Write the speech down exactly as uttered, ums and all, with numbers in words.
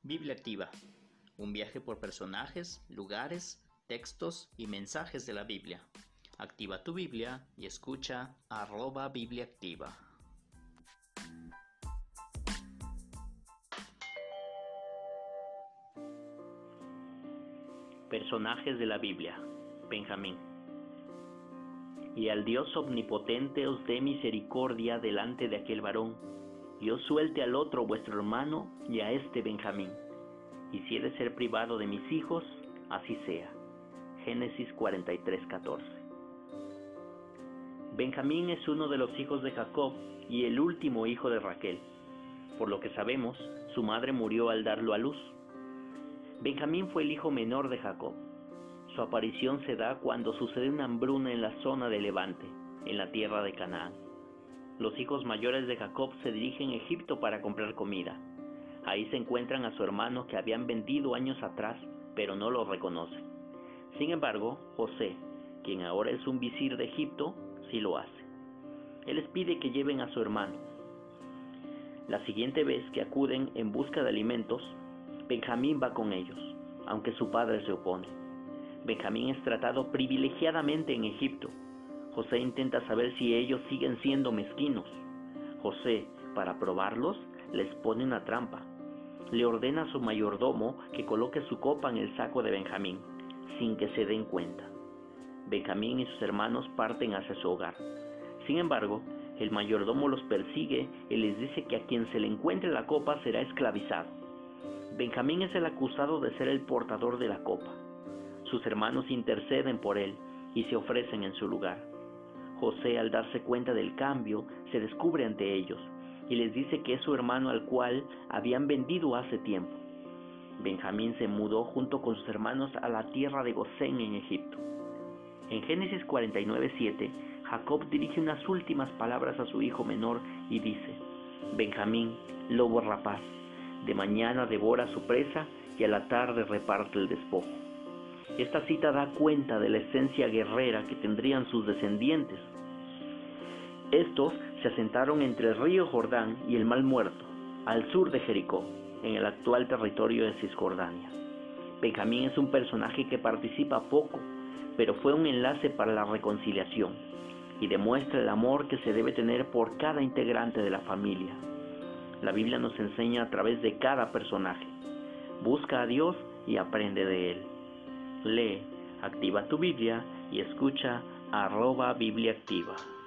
Biblia Activa, un viaje por personajes, lugares, textos y mensajes de la Biblia. Activa tu Biblia y escucha arroba Biblia Activa. Personajes de la Biblia. Benjamín. Y al Dios omnipotente os dé misericordia delante de aquel varón, y os suelte al otro vuestro hermano y a este Benjamín. Y si he de ser privado de mis hijos, así sea. Génesis cuarenta y tres, catorce. Benjamín es uno de los hijos de Jacob y el último hijo de Raquel. Por lo que sabemos, su madre murió al darlo a luz. Benjamín fue el hijo menor de Jacob. Su aparición se da cuando sucede una hambruna en la zona de Levante, en la tierra de Canaán. Los hijos mayores de Jacob se dirigen a Egipto para comprar comida. Ahí se encuentran a su hermano que habían vendido años atrás, pero no lo reconocen. Sin embargo, José, quien ahora es un visir de Egipto, sí lo hace. Él les pide que lleven a su hermano. La siguiente vez que acuden en busca de alimentos, Benjamín va con ellos, aunque su padre se opone. Benjamín es tratado privilegiadamente en Egipto. José intenta saber si ellos siguen siendo mezquinos. José, para probarlos, les pone una trampa. Le ordena a su mayordomo que coloque su copa en el saco de Benjamín, sin que se den cuenta. Benjamín y sus hermanos parten hacia su hogar. Sin embargo, el mayordomo los persigue y les dice que a quien se le encuentre la copa será esclavizado. Benjamín es el acusado de ser el portador de la copa. Sus hermanos interceden por él y se ofrecen en su lugar. José, al darse cuenta del cambio, se descubre ante ellos y les dice que es su hermano al cual habían vendido hace tiempo. Benjamín se mudó junto con sus hermanos a la tierra de Gosén en Egipto. En Génesis cuarenta y nueve, siete, Jacob dirige unas últimas palabras a su hijo menor y dice: Benjamín, lobo rapaz, de mañana devora su presa y a la tarde reparte el despojo. Esta cita da cuenta de la esencia guerrera que tendrían sus descendientes. Estos se asentaron entre el río Jordán y el Mar Muerto, al sur de Jericó, en el actual territorio de Cisjordania. Benjamín es un personaje que participa poco, pero fue un enlace para la reconciliación y demuestra el amor que se debe tener por cada integrante de la familia. La Biblia nos enseña a través de cada personaje. Busca a Dios y aprende de Él. Lee, activa tu Biblia y escucha arroba Biblia Activa.